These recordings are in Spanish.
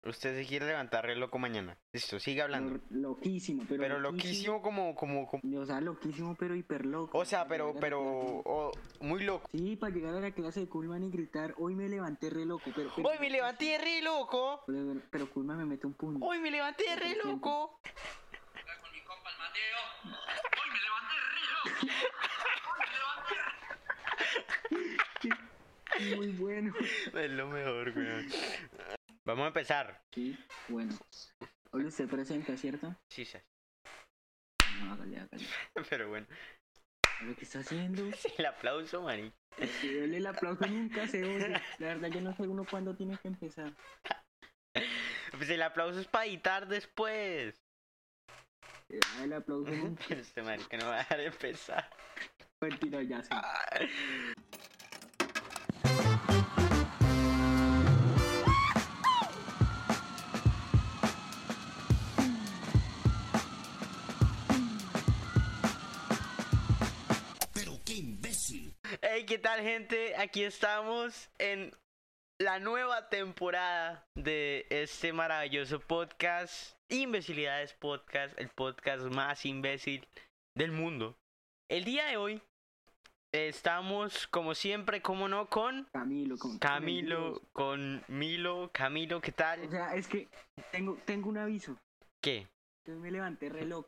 Usted se quiere levantar re loco mañana. Listo, sigue hablando. Loquísimo, Pero loquísimo como... O sea, loquísimo, pero hiper loco. O sea, Para llegar a la clase. muy loco. Sí, para llegar a la clase de Kulman y gritar, hoy me levanté re loco, pero ¡Hoy me levanté re loco! pero Kulman me mete un puño. ¡Hoy me levanté re loco! Con mi compa el Mateo. Hoy me levanté re loco. Hoy me levanté. Muy bueno. Es lo mejor, güey. Vamos a empezar. Sí, bueno. Hoy usted presenta, ¿cierto? Sí, sí. No, hágale. Pero bueno. ¿Lo que está haciendo? Sí, el aplauso, Mari. Si duele el aplauso nunca se oye. La verdad yo no sé uno cuándo tiene que empezar. Pues el aplauso es para editar después. El aplauso nunca. Pero este marica no va a dejar de empezar. Mentira, ya sé. Hey, ¿qué tal, gente? Aquí estamos en la nueva temporada de este maravilloso podcast, Imbecilidades Podcast, el podcast más imbécil del mundo. El día de hoy estamos, como siempre, como no, con Camilo, con Milo. Camilo, ¿qué tal? O sea, es que tengo un aviso. ¿Qué? Yo me levanté re loco.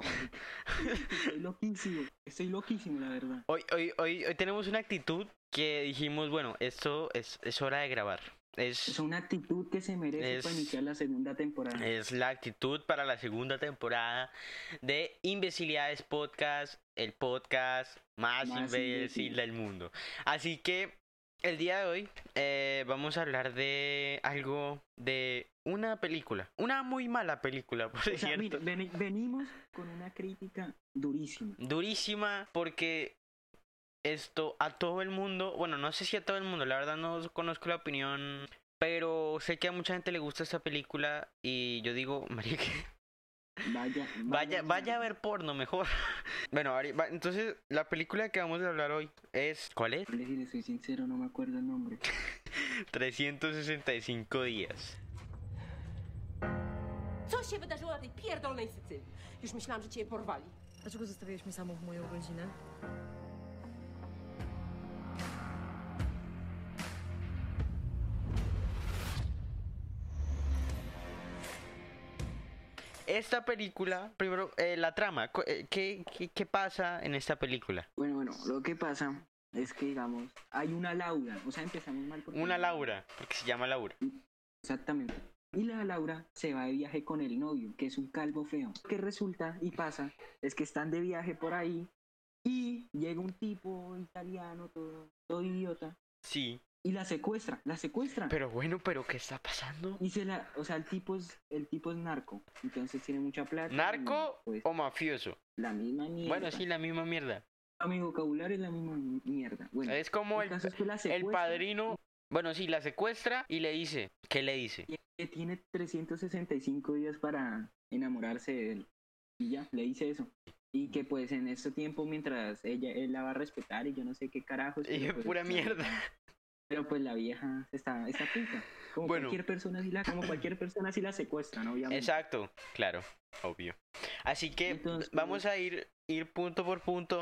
Estoy loquísimo, la verdad. Hoy tenemos una actitud que dijimos, bueno, esto es hora de grabar. Es una actitud que se merece para iniciar la segunda temporada. Es la actitud para la segunda temporada de Imbecilidades Podcast, el podcast más imbécil del mundo. Así que el día de hoy vamos a hablar de algo, de una película, una muy mala película, por cierto. Mira, venimos con una crítica durísima. Durísima porque esto a todo el mundo, bueno, no sé si a todo el mundo, la verdad no conozco la opinión, pero sé que a mucha gente le gusta esta película y yo digo, marica, vaya a ver porno mejor. Bueno, entonces la película que vamos a hablar hoy es, ¿cuál es? Si le soy sincero, no me acuerdo el nombre. 365 días. Co się wydarzyło na tej pierdolnej Sycylii? Już myślałam, że cię porwali. Dlaczego zostawiłeś mnie samą w moją godzinę? Esta película, primero, la trama, ¿qué pasa en esta película? Bueno, lo que pasa es que, digamos, hay una Laura, o sea, empezamos mal. Una Laura, porque se llama Laura. Exactamente. Y la Laura se va de viaje con el novio, que es un calvo feo. Lo que resulta y pasa es que están de viaje por ahí y llega un tipo italiano, todo idiota. Sí. Y la secuestra. Pero bueno, ¿qué está pasando? Y o sea, el tipo es narco, entonces tiene mucha plata. ¿Narco pues, o mafioso? La misma mierda. Bueno, sí, la misma mierda. Mi vocabulario es la misma mierda. Bueno, es como el padrino. Bueno, sí, la secuestra y le dice, ¿qué le dice? Que tiene 365 días para enamorarse de él. Y ya, le dice eso. Y que pues en este tiempo, mientras él la va a respetar y yo no sé qué carajos. Y es pues, pura mierda. Pero pues la vieja está puta. Como cualquier persona sí la secuestran, obviamente. Exacto, claro, obvio. Así que entonces, vamos a ir punto por punto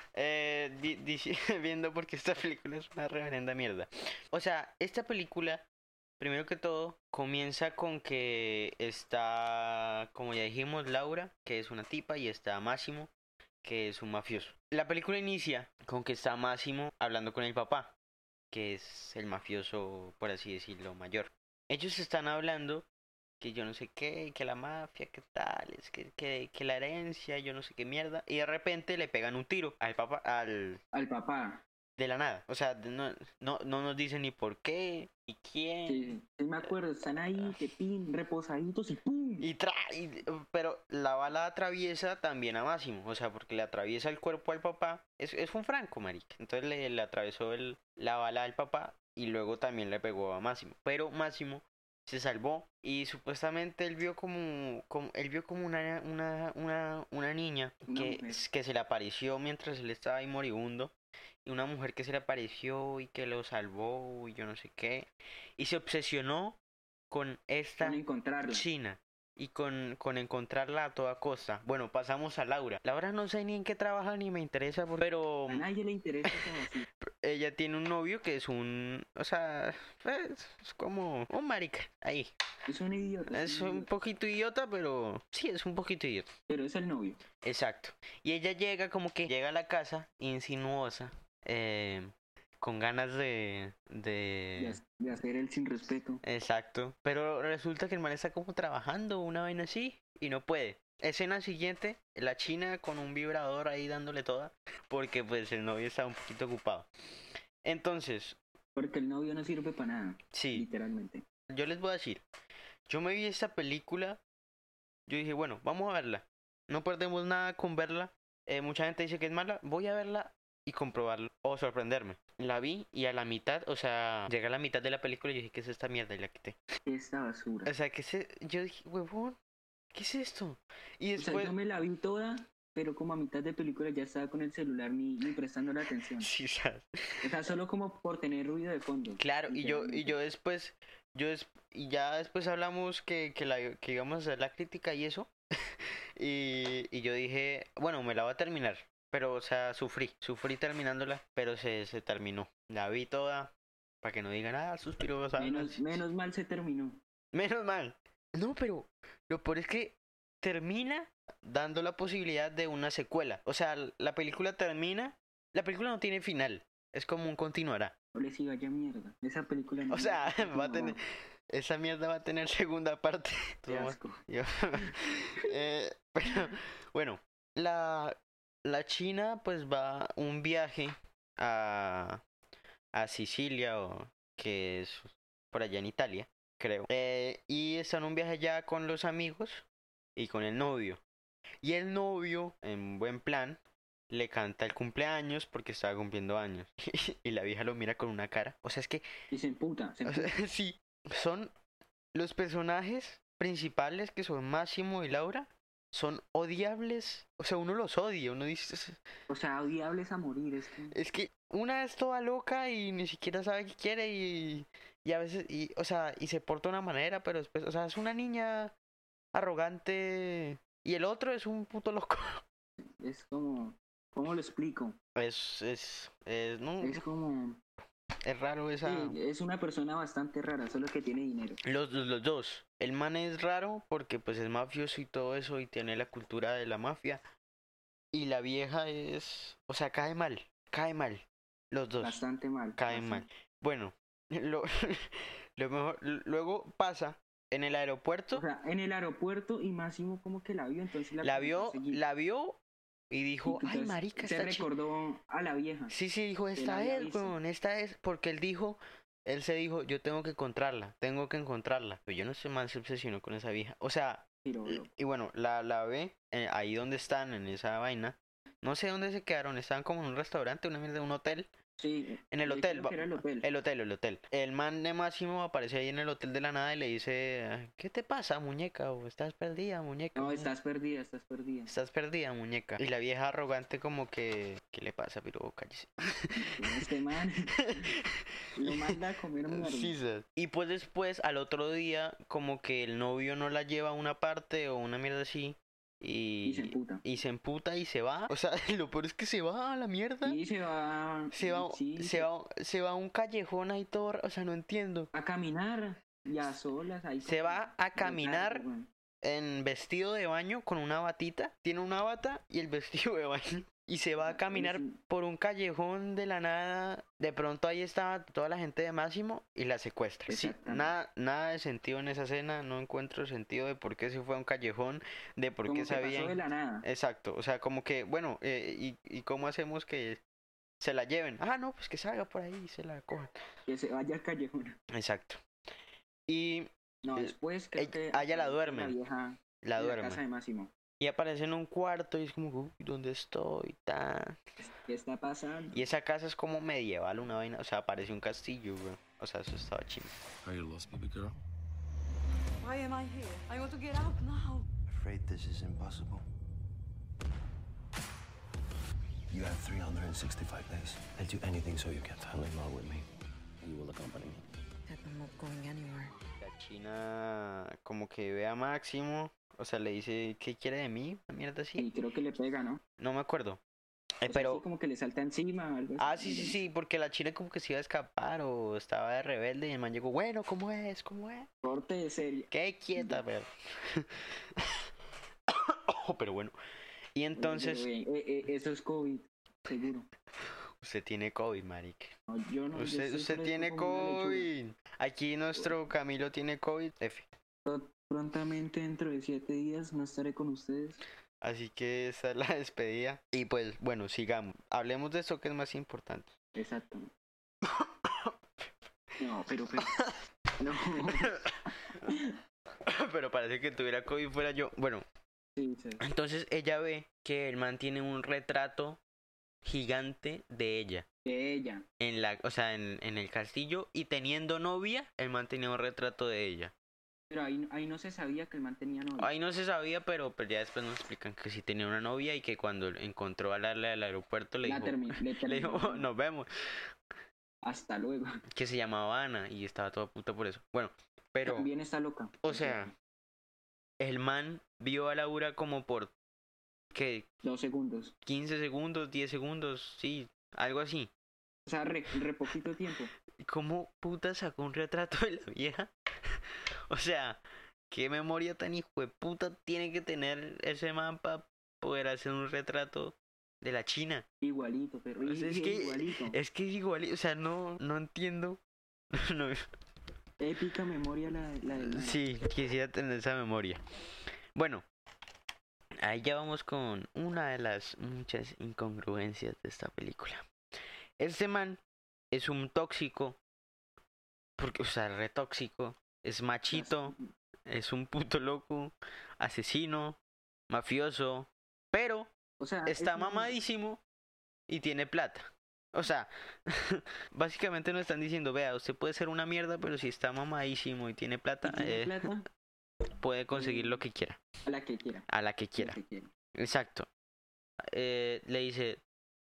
viendo porque esta película es una reverenda mierda. O sea, esta película, primero que todo, comienza con que está, como ya dijimos, Laura, que es una tipa, y está Máximo, que es un mafioso. La película inicia con que está Máximo hablando con el papá, que es el mafioso, por así decirlo, mayor. Ellos están hablando que yo no sé qué, que la mafia, que tal, es que la herencia, yo no sé qué mierda, y de repente le pegan un tiro al papá, al papá. De la nada, o sea, no nos dicen ni por qué, ni quién. Sí, me acuerdo, están ahí, reposaditos y ¡pum! Pero la bala atraviesa también a Máximo, o sea, porque le atraviesa el cuerpo al papá, es un franco, marica, entonces le atravesó la bala al papá y luego también le pegó a Máximo, pero Máximo se salvó y supuestamente él vio como una niña que se le apareció mientras él estaba ahí moribundo. Y una mujer que se le apareció y que lo salvó y yo no sé qué. Y se obsesionó con esta Van a encontrarla. China y con encontrarla a toda costa. Bueno, pasamos a Laura. Laura no sé ni en qué trabaja ni me interesa, pero A nadie le interesa como así. ella tiene un novio que es o sea, es como un marica, ahí. Es un idiota. Es un poquito idiota, pero sí, es un poquito idiota. Pero es el novio. Exacto. Y ella llega como que llega a la casa insinuosa, con ganas De hacer el sin respeto. Exacto. Pero resulta que el man está como trabajando una vaina así y no puede. Escena siguiente, la china con un vibrador ahí dándole toda, porque pues el novio está un poquito ocupado. Entonces, Porque el novio no sirve para nada. sí, Literalmente. yo les voy a decir, yo me vi esta película, yo dije, bueno, vamos a verla. No perdemos nada con verla. Mucha gente dice que es mala, voy a verla y comprobarlo o sorprenderme. La vi y a la mitad, o sea, llegué a la mitad de la película y dije, ¿qué es esta mierda? Y la quité. Esta basura. O sea, yo dije, huevón, ¿qué es esto? Y O sea, después... yo me la vi toda, pero como a mitad de película ya estaba con el celular ni prestando la atención. Sí, ¿sabes? O sea, solo como por tener ruido de fondo. Claro, y literalmente. yo después, y ya después hablamos que íbamos a hacer la crítica y eso. y yo dije, bueno, me la voy a terminar. Pero, o sea, sufrí terminándola, pero se terminó. La vi toda, para que no digan, suspiró. O sea, Menos mal se terminó. menos mal. No, pero lo peor es que termina dando la posibilidad de una secuela. O sea, la película termina, la película no tiene final, es como un continuará. No les iba ya mierda. Esa película no. O sea, va a tener, esa mierda va a tener segunda parte. Qué asco. Yo- pero, bueno, la China pues va un viaje a Sicilia, que es por allá en Italia, creo. Y está en un viaje ya con los amigos y con el novio. Y el novio, en buen plan, le canta el cumpleaños porque estaba cumpliendo años. Y la vieja lo mira con una cara. O sea, es que Y se emputa. o sea, sí, son los personajes principales que son Máximo y Laura. Son odiables. O sea, uno los odia. Uno dice, O sea, odiables a morir. es que una es toda loca y ni siquiera sabe qué quiere y a veces, o sea, y se porta de una manera, pero después, o sea, es una niña arrogante y el otro es un puto loco. Es como. ¿Cómo lo explico? No, Es como. es raro esa... Sí, es una persona bastante rara, solo que tiene dinero. Los dos. El man es raro porque pues es mafioso y todo eso y tiene la cultura de la mafia. Y la vieja es... O sea, cae mal. Los dos. Bastante mal. Caen mal. Bueno, lo, lo mejor... Luego pasa en el aeropuerto. O sea, en el aeropuerto y Máximo como que la vio, entonces La comenzó a seguir. vio y dijo, Y ay entonces marica, se esta chica. recordó a la vieja. Sí, dijo, la esta había es, visto. weón, esta es, porque él se dijo, yo tengo que encontrarla. Pero yo no sé más, se obsesionó con esa vieja. O sea, Pero, y bueno, la ve ahí donde están, en esa vaina. No sé dónde se quedaron, estaban como en un restaurante, una mierda, un hotel. sí, En el yo hotel, creo que era el hotel. el hotel. El man de Máximo aparece ahí en el hotel de la nada y le dice, ¿qué te pasa, muñeca? ¿O estás perdida, muñeca? No, estás perdida, estás perdida. Estás perdida, muñeca. Y la vieja arrogante como que, ¿qué le pasa, pero cállese? Este man lo manda a comer mierda. Sí, sas. Y pues después, al otro día, como que el novio no la lleva a una parte o una mierda así. Y se emputa. Y se emputa y se va. O sea, lo peor es que se va a la mierda. Y se va. Sí, Se va a un callejón ahí todo. O sea, no entiendo. a caminar. Ya solas. Ahí Se va a caminar weón. en vestido de baño con una batita. Tiene una bata y el vestido de baño. Y se va a caminar Sí. por un callejón de la nada. De pronto ahí está toda la gente de Máximo y la secuestra. Sí, Exactamente. nada de sentido en esa escena. No encuentro sentido de por qué se fue a un callejón. De por Como qué que pasó sabían. de la nada. Exacto. O sea, como que, bueno, y cómo hacemos que se la lleven. Ah, no, pues que salga por ahí y se la cojan. Que se vaya al callejón. Exacto. Y No, después creo que. a ella la aparece duermen. La vieja la en la duerme. casa de Máximo. Y aparece en un cuarto y es como, uy, ¿dónde estoy? ¿Qué está pasando? Y esa casa es como medieval, una vaina. O sea, parece un castillo, güey. O sea, eso estaba chido. Are you lost, baby girl? Why am I here? I want to get out now. Afraid this is impossible. You have 365 days. I'll do anything so you can fall in love with me. You will accompany me. I'm not going anywhere. China como que ve a Máximo, o sea, le dice, ¿qué quiere de mí? Una mierda así. Y creo que le pega, ¿no? No me acuerdo. O sea, Pero... sí, como que le salta encima o algo así. Ah, sí, sí, sí, porque la China como que se iba a escapar o estaba de rebelde y el man llegó, bueno, ¿cómo es? ¿Cómo es? Corte de serie. Qué quieta, pero... pero bueno. Y entonces... Eso es COVID, seguro. Usted tiene COVID, marica. No, yo no. yo estoy Usted fresco tiene como una lechuga. COVID. Aquí nuestro Camilo tiene COVID. F. Prontamente, dentro de 7 días, no estaré con ustedes. Así que esa es la despedida. Y pues, bueno, sigamos. Hablemos de eso que es más importante. Exacto. No, pero. No. Pero parece que tuviera COVID fuera yo. Bueno, Sí, sí. entonces ella ve que el man tiene un retrato gigante de ella. De ella. En la, o sea, en el castillo. Y teniendo novia, el man tenía un retrato de ella. Pero ahí no se sabía que el man tenía novia. Ahí no se sabía, pero pues ya después nos explican que sí tenía una novia y que cuando encontró a Larla del aeropuerto le dijo, Le le dijo, terminó. nos vemos, Hasta luego. que se llamaba Ana y estaba toda puta por eso. Bueno, pero, También está loca. o sea, el man vio a Laura como por, ¿qué? 2 segundos. 15 segundos, 10 segundos, sí, algo así. O sea, re poquito tiempo. ¿Cómo puta sacó un retrato de la vieja? O sea, ¿qué memoria tan hijo de puta tiene que tener ese man para poder hacer un retrato de la China? Igualito, pero O sea, es que igualito. es igual, o sea, no entiendo. No, Épica memoria la del man. sí, quisiera tener esa memoria. Bueno, ahí ya vamos con una de las muchas incongruencias de esta película. Este man es un tóxico, porque, o sea, re tóxico, es machito, es un puto loco, asesino, mafioso, pero O sea, está es una- mamadísimo y tiene plata. O sea, básicamente nos están diciendo, vea, usted puede ser una mierda, pero si está mamadísimo y tiene plata, y tiene plata puede conseguir lo que quiera, a la que quiera. a la que quiera. La que quiera. Exacto. Le dice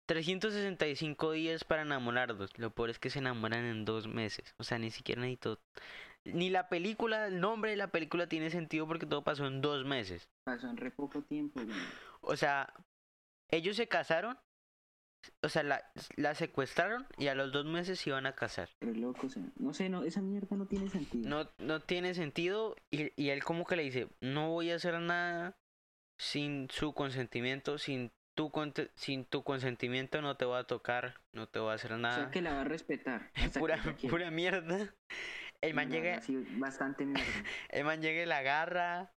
365 días para enamorarlos. Lo peor es que se enamoran en 2 meses. O sea, ni siquiera necesito... Ni la película, el nombre de la película tiene sentido porque todo pasó en 2 meses. Pasó en re poco tiempo, güey. O sea, ellos se casaron. O sea, la secuestraron y a los 2 meses se iban a casar. Re loco, o sea, no sé, no, esa mierda no tiene sentido. No tiene sentido. Y él como que le dice, no voy a hacer nada sin su consentimiento, sin tu consentimiento no te voy a tocar, no te voy a hacer O nada. sea que la va a respetar. hasta Pura, que ella quiera. pura mierda. El man La llega, verdad, sí, bastante mierda. el man llega y la agarra,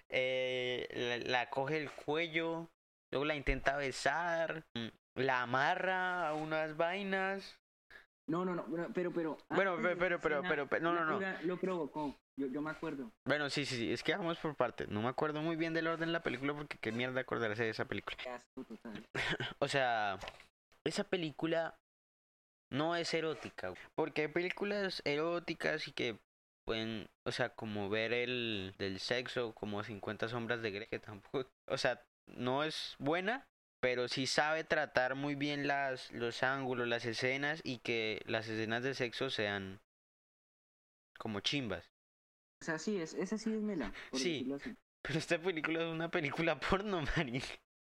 la coge el cuello, luego la intenta besar, la amarra a unas vainas. No, pero. Bueno, antes de esa pero, escena, no. Laura lo provocó. Yo me acuerdo. Bueno, sí, es que vamos por partes. No me acuerdo muy bien del orden de la película porque qué mierda acordarse de esa película. Qué asco total. O sea, esa película no es erótica, porque hay películas eróticas y que pueden, o sea, como ver el del sexo, como 50 sombras de Grey, que tampoco, o sea, no es buena, pero sí sabe tratar muy bien los ángulos, las escenas y que las escenas de sexo sean como chimbas. O sea, sí, esa sí es mela. Por Sí. decirlo así. Pero esta película es una película porno, marica.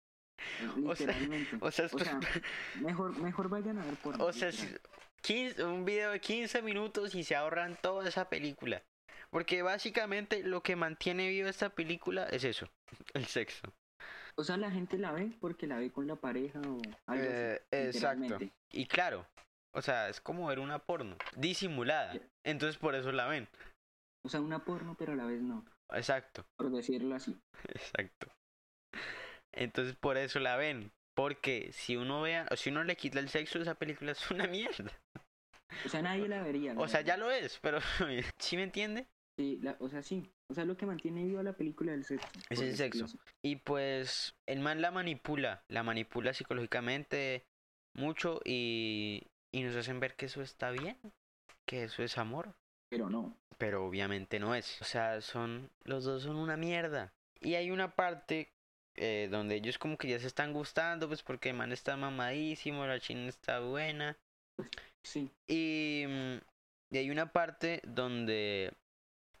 O sea, Literalmente. o sea, esto es- mejor vayan a ver porno. O sea, literal. 15 un video de 15 minutos y se ahorran toda esa película. Porque básicamente lo que mantiene viva esta película es eso, el sexo. O sea, la gente la ve porque la ve con la pareja o algo así. Exacto. literalmente. Y claro, o sea, es como ver una porno, disimulada. Entonces por eso la ven. O sea, una porno, pero a la vez no. Exacto, Por decirlo así. exacto. Entonces por eso la ven. Porque si uno vea, o si uno le quita el sexo, esa película es una mierda. O sea, nadie la vería. O sea, ya lo es, pero ¿sí me entiende? Sí, o sea, sí. O sea, lo que mantiene viva la película es el sexo. Es por el decirlo sexo. así. Y pues el man la manipula psicológicamente mucho y nos hacen ver que eso está bien, que eso es amor, Pero no. pero obviamente no es. O sea, los dos son una mierda. Y hay una parte donde ellos como que ya se están gustando, pues porque el man está mamadísimo, la china está buena. Sí. Y hay una parte donde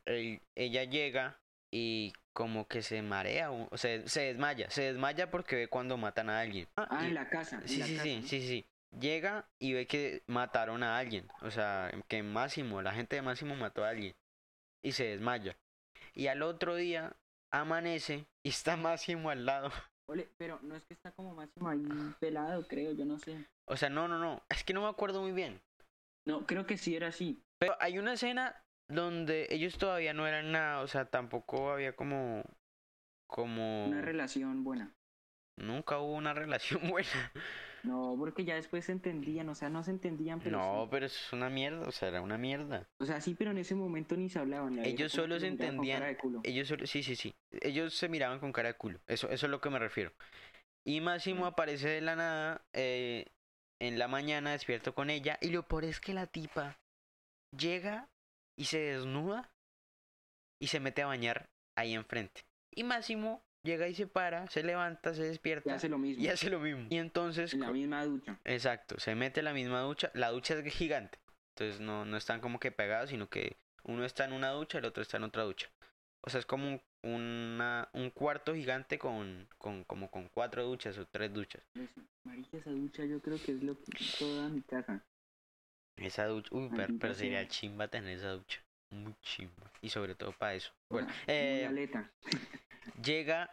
ella llega y como que se marea, o sea, se desmaya porque ve cuando matan a alguien. Ah, Y- en la casa. en Sí, la sí, casa, sí, ¿no? sí, sí. Llega y ve que mataron a alguien. O sea, que Máximo, la gente de Máximo mató a alguien. Y se desmaya. Y al otro día amanece y está Máximo al lado. Ole, pero no es que está como Máximo ahí pelado, creo, yo no sé. O sea, no. Es que no me acuerdo muy bien. No, creo que sí era así. Pero hay una escena donde ellos todavía no eran nada. O sea, tampoco había como... Una relación buena. Nunca hubo una relación buena. No, porque ya después se entendían, o sea, no se entendían, pero No, sí. pero eso es una mierda. O sea, era una mierda. O sea, sí, pero en ese momento ni se hablaban. La vieja Ellos como solo que se lo miraba con cara entendían. de culo. Ellos solo, sí. Ellos se miraban con cara de culo. Eso es lo que me refiero. Y Máximo aparece de la nada en la mañana despierto con ella. Y lo peor es que la tipa llega y se desnuda y se mete a bañar ahí enfrente. Y Máximo llega y se para, se levanta, se Y despierta hace lo mismo. y hace lo mismo. Y entonces, En la misma ducha. exacto, se mete a la misma ducha. La ducha es gigante. Entonces no están como que pegados, sino que uno está en una ducha, el otro está en otra ducha. O sea, es como un cuarto gigante como con 4 duchas o 3 duchas. Marica, esa ducha yo creo que es lo que toda mi casa. Esa ducha, uy, Maldita pero sería sea. chimba tener esa ducha. Muy chimba. Y sobre todo para eso. O Bueno, sea, muy aleta. llega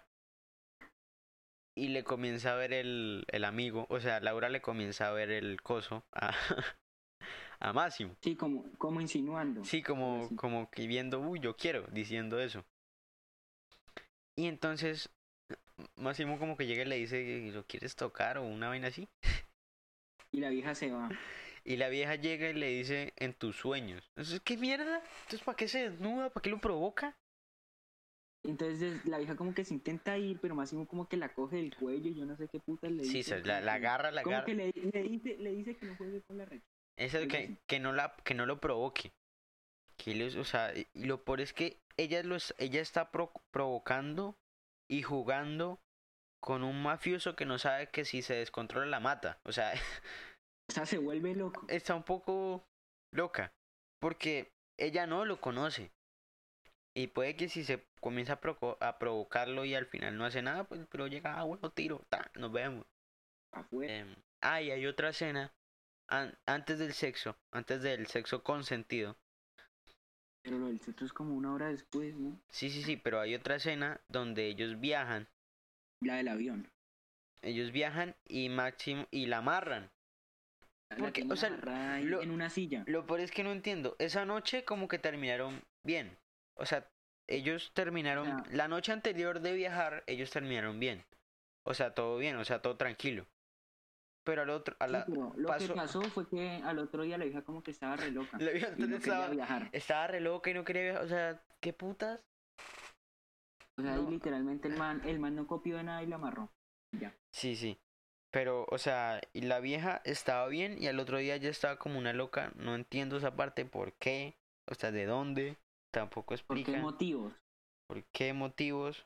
y le comienza a ver el amigo. O sea, Laura le comienza a ver el coso a Máximo. Sí, como insinuando. Sí, algo así. como que viendo, uy, yo quiero, diciendo eso. Y entonces Máximo como que llega y le dice, ¿lo quieres tocar o una vaina así? Y la vieja se va. Y la vieja llega y le dice, en tus sueños. Entonces, ¿qué mierda? Entonces, ¿para qué se desnuda? ¿Para qué lo provoca? Entonces la vieja como que se intenta ir, pero Máximo como que la coge del cuello, yo no sé qué puta le Sí, dice. la agarra, la Como agarra. que le dice que no juegue con la red. Es el algo que, así. que no lo provoque. O sea, y lo peor es que ella está provocando y jugando con un mafioso que no sabe que si se descontrola la mata. O sea, O sea, se vuelve loco. está un poco loca. Porque ella no lo conoce. Y puede que si se comienza a provocarlo y al final no hace nada, pues pero llega, bueno, tiro, nos vemos. Afuera. Y hay otra escena antes del sexo consentido. Pero lo del sexo es como una hora después, ¿no? Sí, pero hay otra escena donde ellos viajan. La del avión. Ellos viajan y Máximo y la amarran. Porque, tiene o sea, amarrada ahí lo- en una silla. Lo peor es que no entiendo. Esa noche como que terminaron bien. O sea, ellos terminaron... O sea- La noche anterior de viajar, ellos terminaron bien. O sea, todo bien, o sea, todo tranquilo. Pero al otro... Sí, pero lo que pasó fue que al otro día la vieja como que estaba re loca. La vieja Y no quería estaba, viajar. estaba re loca y no quería viajar. O sea, ¿qué putas? O sea, no. ahí literalmente el man no copió de nada y la amarró. Ya. Sí. Pero, o sea, y la vieja estaba bien y al otro día ya estaba como una loca. No entiendo esa parte, ¿por qué? O sea, ¿de dónde? Tampoco ¿Por qué explica. motivos? ¿Por qué motivos?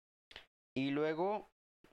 Y luego,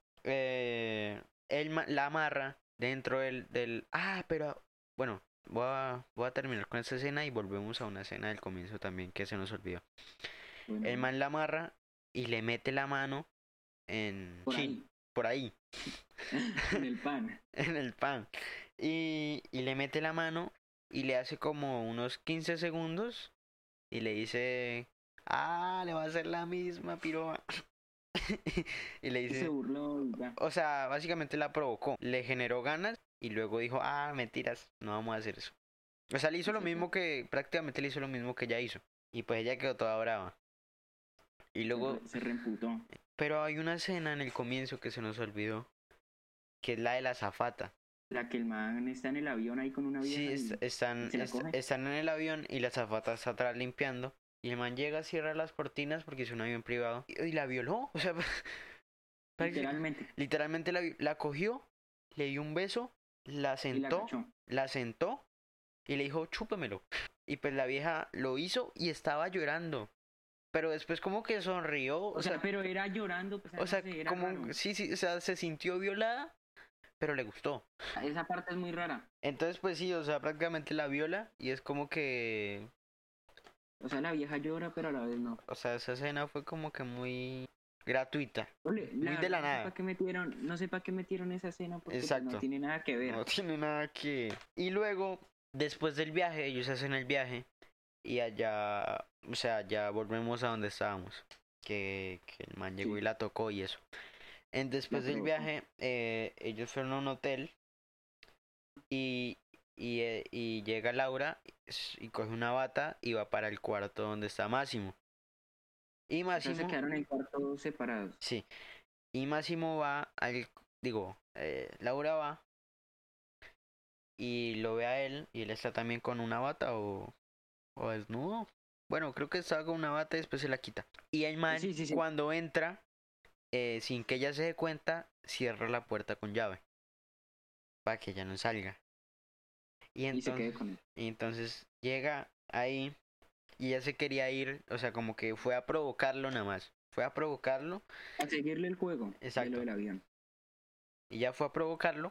la amarra dentro pero, bueno, voy a terminar con esta escena y volvemos a una escena del comienzo también que se nos olvidó. Bueno, El man la amarra y le mete la mano en... por sí, ahí, por ahí. en el pan. En el pan. Y le mete la mano y le hace como unos 15 segundos y le dice, le va a hacer la misma piroa. Y le Y se dice, burló y ya. o sea, básicamente la provocó, le generó ganas y luego dijo, mentiras, no vamos a hacer eso. O sea, le hizo lo mismo prácticamente le hizo lo mismo que ella hizo. Y pues ella quedó toda brava. Y luego, Se reemputó. pero hay una escena en el comienzo que se nos olvidó, que es la de la azafata. La que el man está en el avión ahí con una vieja. Sí, y están se la coge. en el avión y la azafata está atrás limpiando. Y el man llega, cierra las cortinas porque es un avión privado. Y la violó. O sea, Literalmente. literalmente la cogió, le dio un beso, la Y la sentó, cachó. la sentó y le dijo, chúpemelo. Y pues la vieja lo hizo y estaba llorando. Pero después como que sonrió. O sea, pero era llorando. Pues, o sea, no sé, era como, raro. sí, o sea, se sintió violada, pero le gustó. Esa parte es muy rara. Entonces, pues sí, o sea, prácticamente la viola y es como que O sea, la vieja llora, pero a la vez no. O sea, esa escena fue como que muy gratuita. Ole, Muy de la verdad, nada. No sé para qué metieron esa escena porque pues, Exacto. no tiene nada que ver. No tiene nada que... Y luego, después del viaje, ellos hacen el viaje y allá, o sea, ya volvemos a donde estábamos. Que el man llegó Sí. y la tocó y eso. Después La del provocó. viaje, ellos fueron a un hotel y llega Laura y coge una bata y va para el cuarto donde está Máximo. Y O sea, se Máximo, quedaron en cuartos separados. sí, y Máximo va Laura va y lo ve a él y él está también con una bata o desnudo. Bueno, creo que estaba con una bata y después se la quita. Y el man, Sí. cuando entra, sin que ella se dé cuenta, cierra la puerta con llave para que ella no salga. Y se quede con él. Y entonces llega ahí y ella se quería ir, o sea, como que fue a provocarlo nada más. Fue a provocarlo A seguirle el juego de Exacto. lo del avión. y ya fue a provocarlo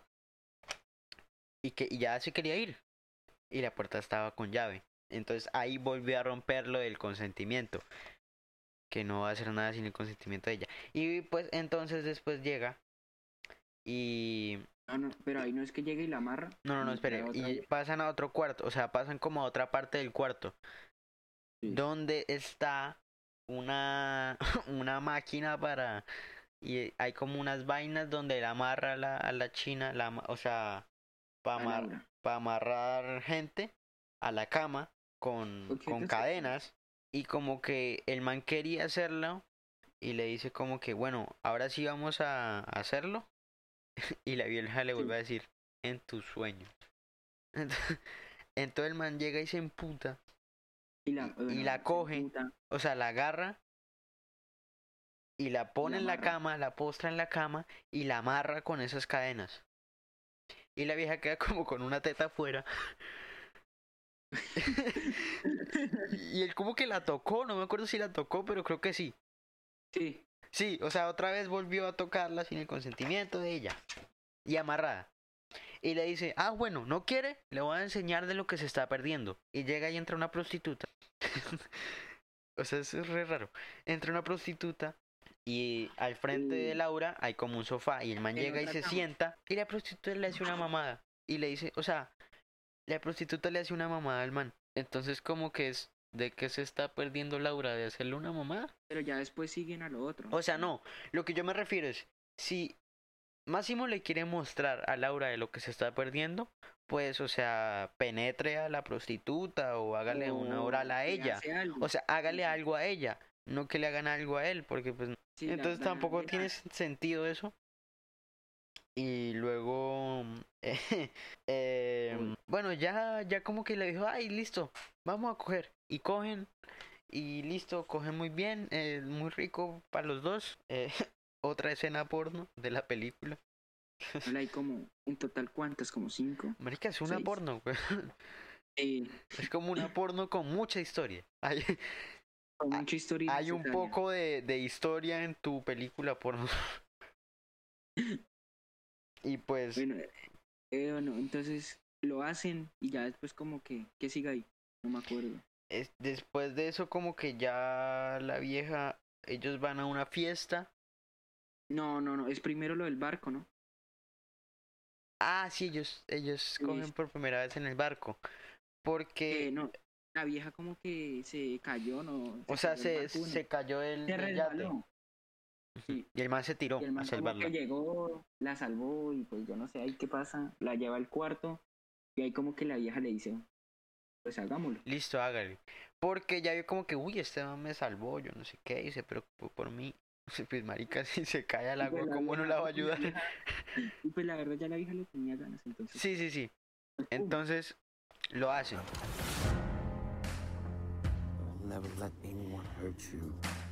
y ya se quería ir. Y la puerta estaba con llave. Entonces ahí volvió a romper lo del consentimiento. Que no va a hacer nada sin el consentimiento de ella. Y pues entonces después llega y... No, pero ahí no es que llegue y la amarra. No, y espere. trae otra Y vez. pasan a otro cuarto. O sea, pasan como a otra parte del cuarto. Sí. Donde está una, una máquina para... Y hay como unas vainas donde la amarra a la china. O sea, A Laura. para amarrar gente a la cama con Objetos cadenas. Y como que el man quería hacerlo. Y le dice como que, bueno, ahora sí vamos a hacerlo. Y la vieja le vuelve a decir, en tus sueños. Entonces el man llega y se emputa. Y la, y la se coge. emputa, O sea, la agarra. Y la pone la en la amarra. cama, la postra en la cama. Y la amarra con esas cadenas. Y la vieja queda como con una teta afuera. Y él como que la tocó, no me acuerdo si la tocó, pero creo que sí. Sí. Sí, o sea, otra vez volvió a tocarla sin el consentimiento de ella. Y amarrada. Y le dice, bueno, ¿no quiere? Le voy a enseñar de lo que se está perdiendo. Y llega y entra una prostituta. O sea, eso es re raro. Entra una prostituta y al frente de Laura hay como un sofá. Y el man En llega y otra se cama. sienta. Y la prostituta le hace una mamada. Y le dice, o sea, la prostituta le hace una mamada al man. Entonces como que es... ¿De qué se está perdiendo Laura? ¿De hacerle una mamada? Pero ya después siguen a lo otro. O sea, no. Lo que yo me refiero es... Si Máximo le quiere mostrar a Laura de lo que se está perdiendo, pues, o sea, penetre a la prostituta o hágale una oral a le ella. hace algo. O sea, hágale algo a ella, no que le hagan algo a él, porque pues... Sí, Entonces tampoco tiene sentido eso. Y luego... bueno, ya como que le dijo, ay, listo, vamos a coger. Y cogen, y listo, cogen muy bien, muy rico para los dos. Otra escena porno de la película. Hola, hay como, en total, ¿cuántas? Como 5. Marica, es una 6. porno, güey. Es como una porno con mucha historia. Hay, Con mucha historia. hay un innecesaria. poco de historia en tu película porno. Y pues, Bueno, entonces lo hacen y ya después como que, ¿qué sigue ahí? No me acuerdo. después de eso como que ya la vieja, ellos van a una fiesta. No, es primero lo del barco, ¿no? Ah, sí, ellos cogen por primera vez en el barco. Porque, No, la vieja como que se cayó, ¿no? o sea, cayó del barco, ¿no? se cayó Se del yate. resbaló. Sí. Y el man se tiró Y el a man como salvarla. que llegó, la salvó y pues yo no sé ahí qué pasa, la lleva al cuarto y ahí como que la vieja le dice, pues hagámoslo. Listo, hágale. Porque ya vio como que, uy, este man me salvó, yo no sé qué, y se preocupó por mí. Pues marica, si se cae al Y pues agua, ¿cómo no la va a ayudar? Y pues la verdad ya la vieja le tenía ganas, entonces. Sí. Entonces, lo hacen. I'll never let anyone hurt you.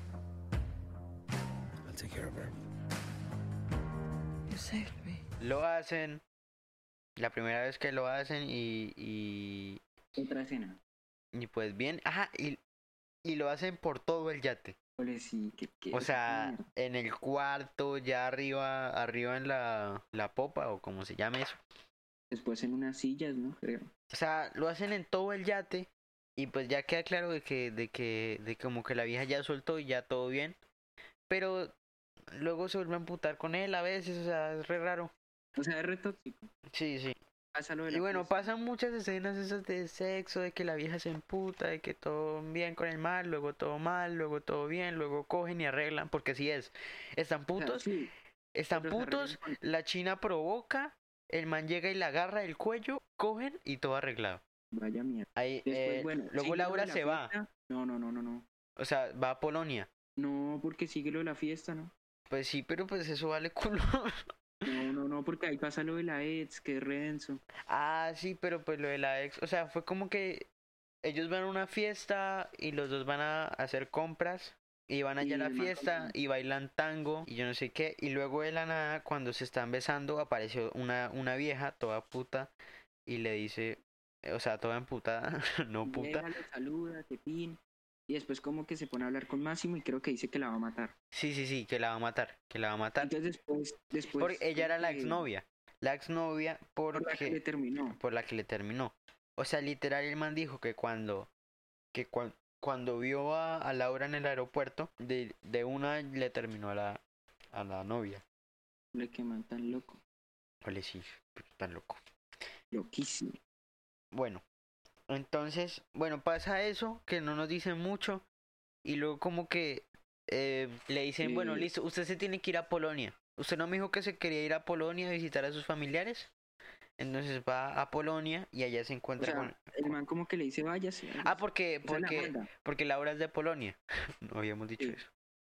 I'll take care of her. You saved me. Lo hacen. La primera vez que lo hacen y Otra escena. pues bien. Ajá, y lo hacen por todo el yate. Ole, sí, que O sea, en el cuarto, ya arriba en la popa o como se llame eso. después en unas sillas, ¿no? Creo. O sea, lo hacen en todo el yate Y pues ya queda claro de como que la vieja ya soltó y ya todo bien. Pero luego se vuelve a emputar con él a veces, o sea, es re raro. O sea, es re tóxico. Sí, sí. Pasa lo de Y la bueno, fiesta. pasan muchas escenas esas de sexo, de que la vieja se emputa, de que todo bien con el mal, luego todo bien, luego cogen y arreglan, porque así es. Están O sea, putos, sí, están pero se arreglan putos, con... la china provoca, el man llega y la agarra del cuello, cogen y todo arreglado. Vaya mierda. Ahí, Después, bueno, luego sigue lo de Laura la se va, fiesta. No. o sea, va a Polonia. No, porque sigue lo de la fiesta, ¿no? Pues sí, pero pues eso vale culo. No, porque ahí pasa lo de la ex, que es re denso. Ah, sí, pero pues lo de la ex, o sea, fue como que ellos van a una fiesta y los dos van a hacer compras y van allá a Y la el man fiesta como- y bailan tango y yo no sé qué. Y luego de la nada, cuando se están besando, apareció una vieja toda puta y le dice, o sea, toda emputada, no puta. Llega, lo saluda, te pin. Y después como que se pone a hablar con Máximo y creo que dice que la va a matar. Sí, que la va a matar, que la va a matar. Entonces después Porque ella era como que la exnovia por la que le terminó. por la que le terminó. O sea, literal el man dijo que cuando vio a Laura en el aeropuerto, de una le terminó a la novia. Le queman tan loco. Vale, sí, tan loco. Loquísimo. Bueno, entonces, bueno, pasa eso, que no nos dicen mucho, y luego como que le dicen, bueno, listo, usted se tiene que ir a Polonia. Usted no me dijo que se quería ir a Polonia a visitar a sus familiares. Entonces va a Polonia y allá se O encuentra sea, el man como que le dice, váyase. Ah, porque, O sea, la manda. porque Laura es de Polonia. No habíamos dicho Sí. eso.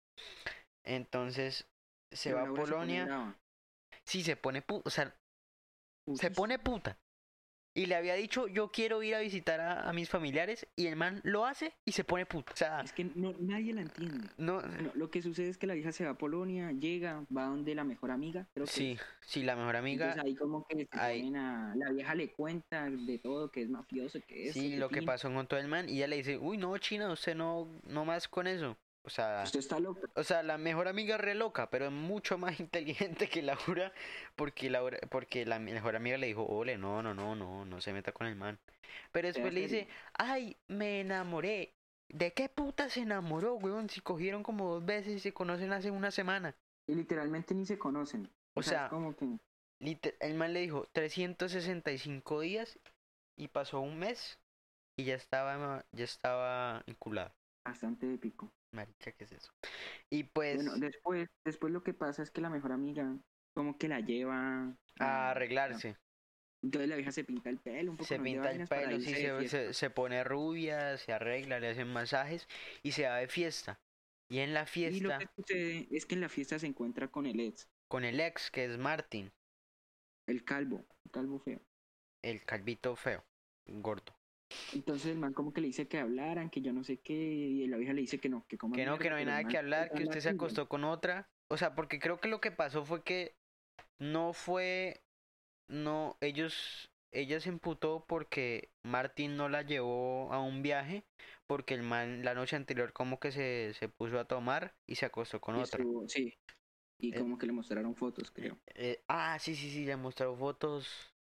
Entonces se Pero va a Laura se pone Polonia. brava. Sí, se pone puta. O sea, se Putísima. pone puta. Y le había dicho, yo quiero ir a visitar a mis familiares. Y el man lo hace y se pone puta. O sea, Es que nadie la entiende. no. Bueno, lo que sucede es que la hija se va a Polonia, llega, va donde la mejor amiga, creo que Sí, es. sí, la mejor amiga. Entonces ahí como que se ahí- ponen a... La vieja le cuenta de todo, que es mafioso, que es... Sí, lo que pasó con todo el man. Y ella le dice, uy, no, China, usted no más con eso. O sea, Usted está loco. la mejor amiga es re loca, pero es mucho más inteligente que Laura, porque la mejor amiga le dijo, ole, no se meta con el man. Pero después le dice, ay, me enamoré. ¿De qué puta se enamoró, weón? Si cogieron como 2 veces y se conocen hace una semana. Y literalmente ni se conocen. O sea, es como que el man le dijo 365 días y pasó un mes y ya estaba enculada. bastante épico. Marica, ¿qué es eso? Y pues Bueno, después lo que pasa es que la mejor amiga como que la lleva a arreglarse. Entonces la vieja se pinta el pelo un poco. Se ¿no? pinta Lleva el vainas para pelo, sí, irse de fiesta. se pone rubia, se arregla, le hacen masajes y se va de fiesta. Y en la Y lo fiesta, que sucede es que en la fiesta se encuentra con el ex, con el ex, que es Martin, el calvo feo. el calvito feo, gordo. Entonces el man como que le dice que hablaran, que yo no sé qué, y la vieja le dice que no, que como Que no hay nada que hablar, que usted se acostó con otra. O sea, porque creo que lo que pasó fue que no fue, no, ella se emputó porque Martin no la llevó a un viaje, porque el man la noche anterior como que se puso a tomar y se acostó con otra. Sí, y Eh, como que le mostraron fotos, creo. Sí, le mostró fotos.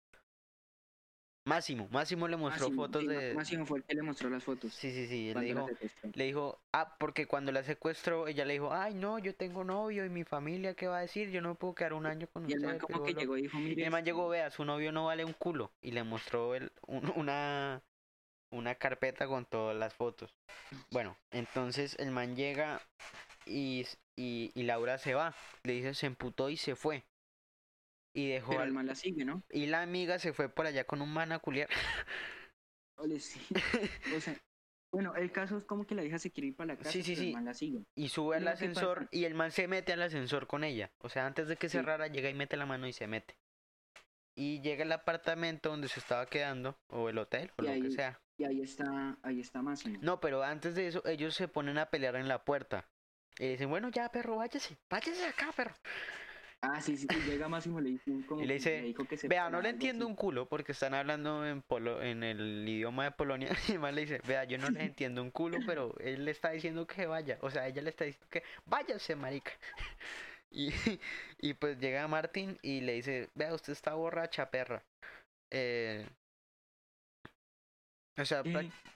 Máximo le mostró fotos sí, de... Máximo fue el que le mostró las fotos. Sí, él Cuando la secuestró. le dijo, porque cuando la secuestró, ella le dijo, ay, no, yo tengo novio y mi familia, ¿qué va a decir? Yo no me puedo quedar un año con Y el usted. man como que pero llegó y dijo, Y mire, el man llegó, vea, su novio no vale un culo. Y le mostró una carpeta con todas las fotos. Bueno, entonces el man llega y Laura se va. Le dice, se emputó y se fue. Y dejó pero el man la sigue, ¿no? Y la amiga se fue por allá con un man a culiar. Ole, sí. O sea, bueno, el caso es como que la hija se quiere ir para la casa, Sí. pero el man la sigue. Y sube al Lo que ascensor pasa- y el man se mete al ascensor con ella. O sea, antes de que Sí. cerrara, llega y mete la mano y se mete. Y llega al apartamento donde se estaba quedando, o el hotel, o Y lo que ahí- sea. Y ahí está Máximo. No, pero antes de eso, ellos se ponen a pelear en la puerta. Y dicen, bueno, ya, perro, váyase de acá, perro. Ah, sí, y llega Máximo y le dice como Y le que dice, dijo que se vea, fuera, no le algo entiendo así. un culo porque están hablando en el idioma de Polonia. Y el man le dice, vea, yo no le entiendo un culo, pero él le está diciendo que vaya. O sea, ella le está diciendo que váyase, marica. Y, y pues llega Martín y le dice, vea, usted está borracha, perra. O sea, ¿Qué?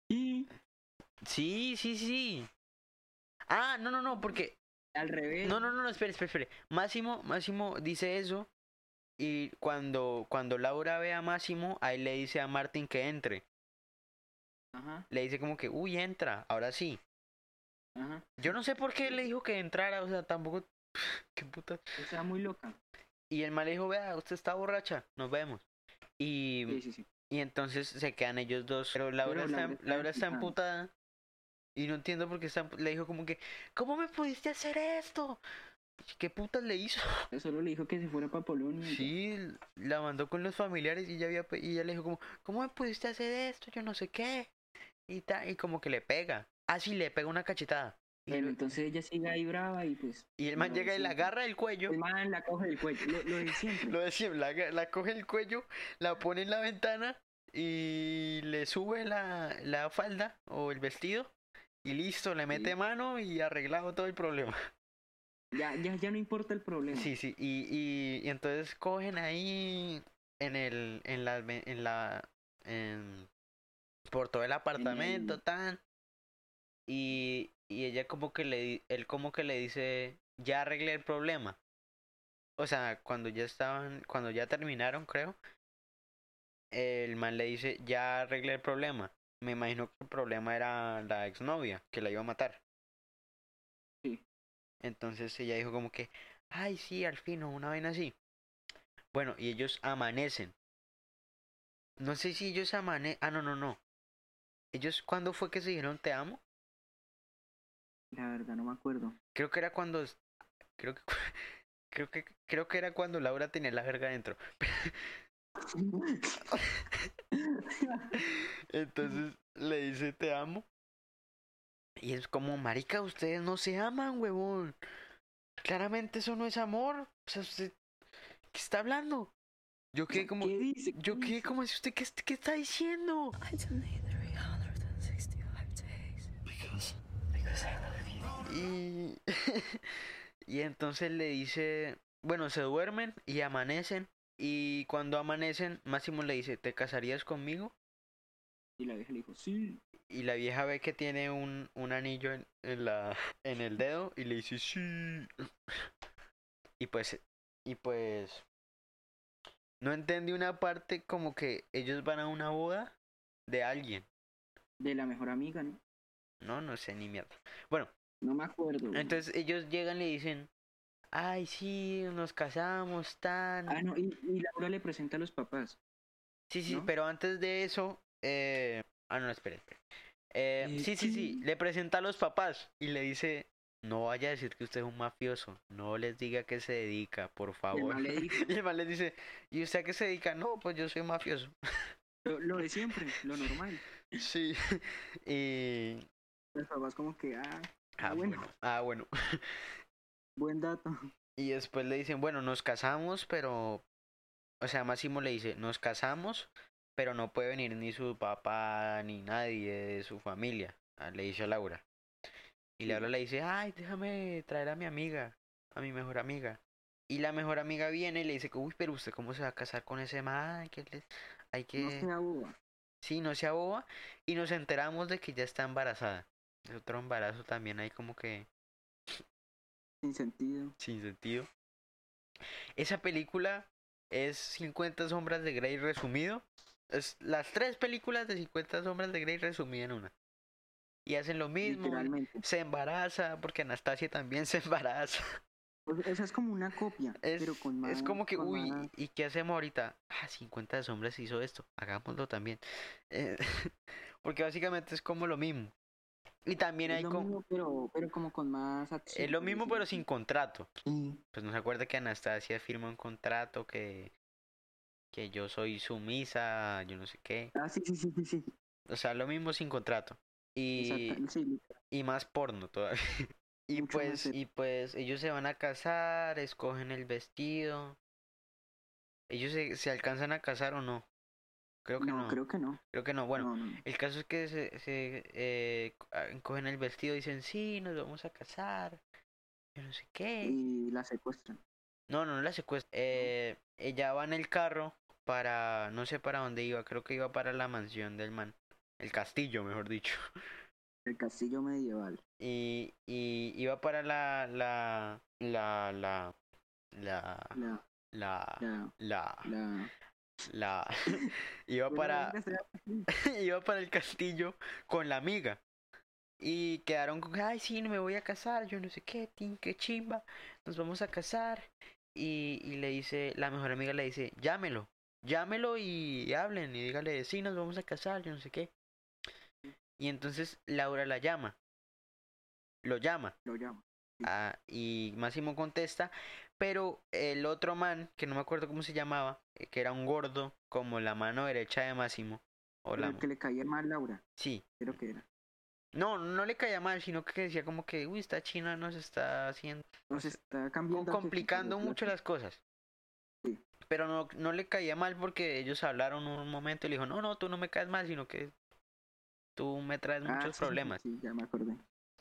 Y Sí, sí, sí. Ah, no, porque... al revés. No, espere. Máximo dice eso y cuando Laura ve a Máximo, ahí le dice a Martín que entre. Ajá, Le dice como que, uy, entra, ahora sí. ajá. Yo no sé por qué le dijo que entrara, o sea, tampoco... Qué puta. Está muy loca. Y el mal le dijo, vea, usted está borracha, nos vemos. Y, Sí. y entonces se quedan ellos dos. Pero Laura, Laura está emputada. Y no entiendo por qué le dijo como que, ¿cómo me pudiste hacer esto? ¿Qué putas le hizo? Solo le dijo que se fuera para Polonia. y ya. Sí, la mandó con los familiares y y ella le dijo como, ¿cómo me pudiste hacer esto? Yo no sé qué. Y como que le pega. Ah, sí, le pega una cachetada. Bueno, entonces ella sigue ahí brava y pues... Y el man lo de llega y la siempre. agarra del cuello. El man la coge del cuello, lo de siempre. Lo de siempre, la coge el cuello, la pone en la ventana y le sube la falda o el vestido y listo, le mete Sí. mano y arreglado todo el problema. Ya no importa el problema. Sí, y entonces cogen ahí en por todo el apartamento, tan, y ella como que él como que le dice, ya arreglé el problema. O sea, cuando ya terminaron, creo, el man le dice, ya arreglé el problema. Me imagino que el problema era la exnovia, que la iba a matar. Sí. Entonces ella dijo como que, ay, sí, al fin, o una vaina así. Bueno, y ellos amanecen. No sé si ellos amanecen. Ah, no. Ellos, ¿cuándo fue que se dijeron te amo? La verdad no me acuerdo. Creo que era cuando. Creo que. Creo que era cuando Laura tenía la verga dentro. Entonces le dice te amo. Y es como, marica, ustedes no se aman, huevón. Claramente eso no es amor. O sea, usted, ¿qué está hablando? Yo quedé como. ¿Qué dice? Yo quedé como si usted, ¿qué está diciendo? I don't need 365 days. Because I love you. Y. Y entonces le dice. Bueno, se duermen y amanecen. Y cuando amanecen, Máximo le dice, ¿te casarías conmigo? Y la vieja le dijo, sí. Y la vieja ve que tiene un anillo en el dedo y le dice sí. Y pues no entendí una parte como que ellos van a una boda de alguien. De la mejor amiga, ¿no? No sé ni mierda. Bueno, No me acuerdo. güey. entonces ellos llegan y le dicen, ay sí, nos casamos, tan. Ah, no, y Laura le presenta a los papás. Sí, ¿no? pero antes de eso, no, espere. Sí, ¿qué? le presenta a los papás y le dice, no vaya a decir que usted es un mafioso, no les diga a qué se dedica, por Y el favor. man le dijo, Y el man les dice, ¿y usted a qué se dedica? No, pues yo soy mafioso. lo de siempre, lo normal. Sí, y... Los papás como que, bueno. buen dato. Y después le dicen, bueno, nos casamos, pero... O sea, Máximo le dice, nos casamos, pero no puede venir ni su papá ni nadie de su familia. Le dice a Laura. Y Laura le dice, ay, déjame traer a mi amiga, a mi mejor amiga. Y la mejor amiga viene y le dice, uy, pero usted cómo se va a casar con ese man, hay que... No sea boba. Sí, no sea boba. Y nos enteramos de que ya está embarazada. Es otro embarazo también ahí como que Sin sentido. sin sentido. Esa película es 50 sombras de Grey resumido. Es las 3 películas de 50 sombras de Grey resumidas en una. Y hacen lo mismo. Literalmente. Se embaraza, porque Anastasia también se embaraza. Pues esa es como una copia, pero con más. Es como que, con uy, más- ¿y qué hacemos ahorita? 50 sombras hizo esto, hagámoslo también. Eh, porque básicamente es como lo mismo. Y también es hay lo mismo, pero como con más acción. es lo por mismo decirlo pero así. sin contrato. Sí. Pues no se acuerda que Anastasia firma un contrato que yo soy sumisa, yo no sé qué. Ah, sí. O sea, lo mismo sin contrato. Exacto. Sí, Y más porno todavía. Mucho más serio. Y pues ellos se van a casar, escogen el vestido. ¿Ellos se alcanzan a casar o no? Creo que no. creo que no. Creo que no. Bueno, No. el caso es que cogen el vestido y dicen, sí, nos vamos a casar. Yo no sé qué. Y la secuestran. No la secuestra. Ella va en el carro para, no sé para dónde iba, creo que iba para la mansión del man. el castillo, mejor dicho. El castillo medieval. Y iba para la La, la la. la iba para iba para el castillo con la amiga y quedaron con, ay, sí, no me voy a casar, yo no sé qué, qué chimba, nos vamos a casar. Y le dice, la mejor amiga le dice, llámelo y hablen y dígale, sí, nos vamos a casar, yo no sé qué. Y entonces Laura lo llama. Lo llamo. Y Máximo contesta, pero el otro man, que no me acuerdo cómo se llamaba, que era un gordo, como la mano derecha de Máximo. Pero el que le caía mal Laura, Sí. creo que era. No le caía mal, sino que decía como que, uy, esta china nos está haciendo, Nos está cambiando. complicando mucho las cosas. Sí. Pero no le caía mal porque ellos hablaron un momento y le dijo, no, tú no me caes mal, sino que tú me traes muchos problemas. Sí, ya me acordé.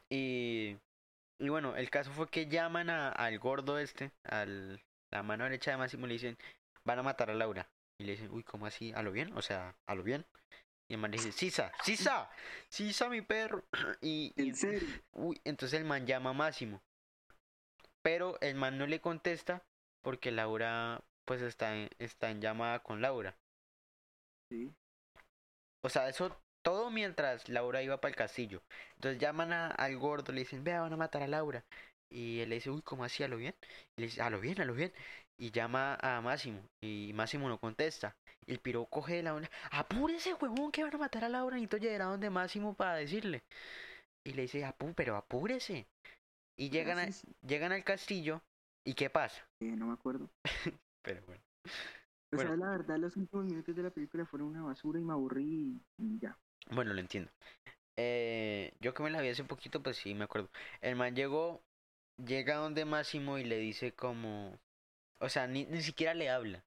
Y bueno, el caso fue que llaman al gordo la mano derecha de Máximo, y le dicen, van a matar a Laura. Y le dicen, uy, ¿cómo así? ¿A lo bien? O sea, ¿a lo bien? Y el man le dice, Sisa, mi perro. ¿En serio? Uy, entonces el man llama a Máximo. Pero el man no le contesta porque Laura, pues está en llamada con Laura. Sí. O sea, eso todo mientras Laura iba para el castillo. Entonces llaman al gordo, le dicen, vea, van a matar a Laura. Y él le dice, uy, ¿cómo así? ¿A lo bien? Y le dice, a lo bien. Y llama a Máximo. Y Máximo no contesta. Y el piro coge de la onda, apúrese, huevón, que van a matar a Laura. Necesito llegar a donde Máximo para decirle. Y le dice, pero apúrese. Y llegan al castillo. ¿Y qué pasa? No me acuerdo. Pero bueno. O sea, Bueno. la verdad, los últimos minutos de la película fueron una basura y me aburrí y ya. Bueno, lo entiendo. Yo que me la vi hace poquito, pues sí, me acuerdo. El man llega donde Máximo y le dice como... O sea, ni siquiera le habla.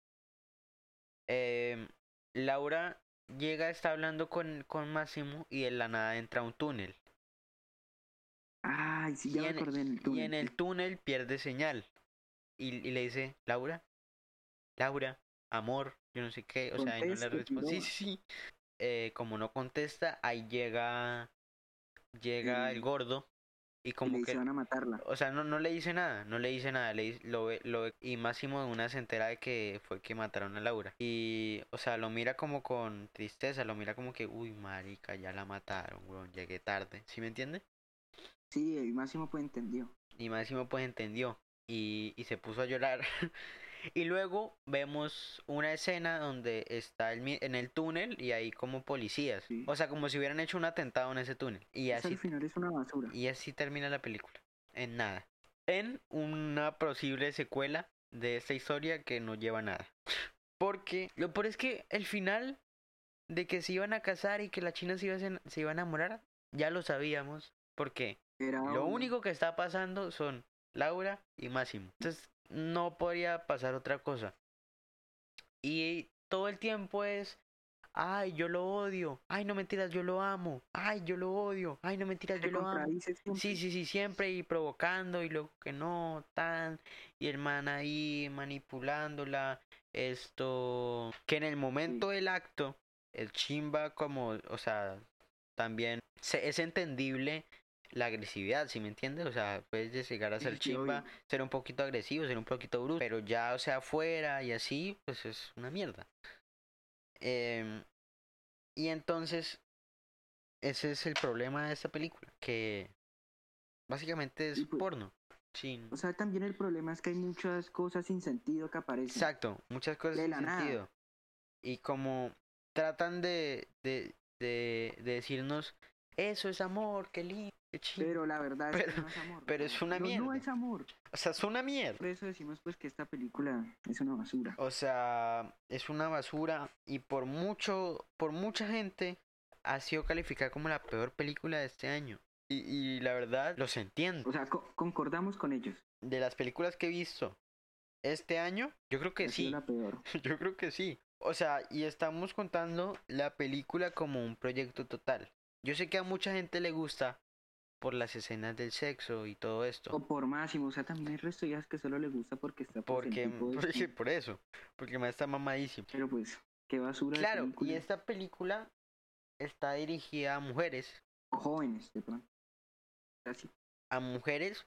Laura está hablando con Máximo y en la nada entra a un túnel. Ay, sí, ya me acordé en el túnel. Y en el túnel pierde señal. Y le dice, Laura, amor, yo no sé qué. O sea, y no le responde. Sí. Como no contesta, ahí llega el gordo y como le que van a matarla. O sea, no le dice nada, lo ve, y Máximo de una se entera de que fue que mataron a Laura. Y, o sea, lo mira como con tristeza, lo mira como que, uy, marica, ya la mataron, weón, llegué tarde. ¿Sí me entiende? Sí, y Máximo pues entendió. Y Máximo pues entendió y se puso a llorar. Y luego vemos una escena donde está en el túnel y hay como policías. Sí. O sea, como si hubieran hecho un atentado en ese túnel. Y así al final es una basura. Y así termina la película. En nada. En una posible secuela de esta historia que no lleva a nada. Porque lo peor es que el final de que se iban a casar y que la china se iba a enamorar, ya lo sabíamos. Porque lo único que está pasando son Laura y Máximo. Entonces no podría pasar otra cosa. Y todo el tiempo es, ay, yo lo odio, ay, no mentiras, yo lo amo, ay, yo lo odio, ay, no mentiras, yo lo amo. Sí, siempre y provocando y luego que no, y el man ahí manipulándola, que en el momento del acto, el chimba como, o sea, también es entendible la agresividad, ¿sí me entiendes? O sea, puedes llegar a ser chimba, ser un poquito agresivo, ser un poquito bruto, pero ya, o sea, afuera y así, pues es una mierda. Y entonces, ese es el problema de esta película, que básicamente es porno. Sí. O sea, también el problema es que hay muchas cosas sin sentido que aparecen. Exacto, muchas cosas sin sentido. Y como tratan de decirnos, eso es amor, qué lindo. Pero la verdad es que no es amor. Pero es una mierda. No es amor. O sea, es una mierda. Por eso decimos pues que esta película es una basura. O sea, es una basura y por mucha gente ha sido calificada como la peor película de este año. Y la verdad, los entiendo. O sea, concordamos con ellos. De las películas que he visto este año, yo creo que sí. La peor. Yo creo que sí. O sea, y estamos contando la película como un proyecto total. Yo sé que a mucha gente le gusta por las escenas del sexo y todo esto. O por Máximo, o sea, también hay resto ya que solo le gusta porque está por eso, porque me está mamadísimo. Pero pues, qué basura. Claro, y esta película está dirigida a mujeres. Jóvenes, de pronto. Así. A mujeres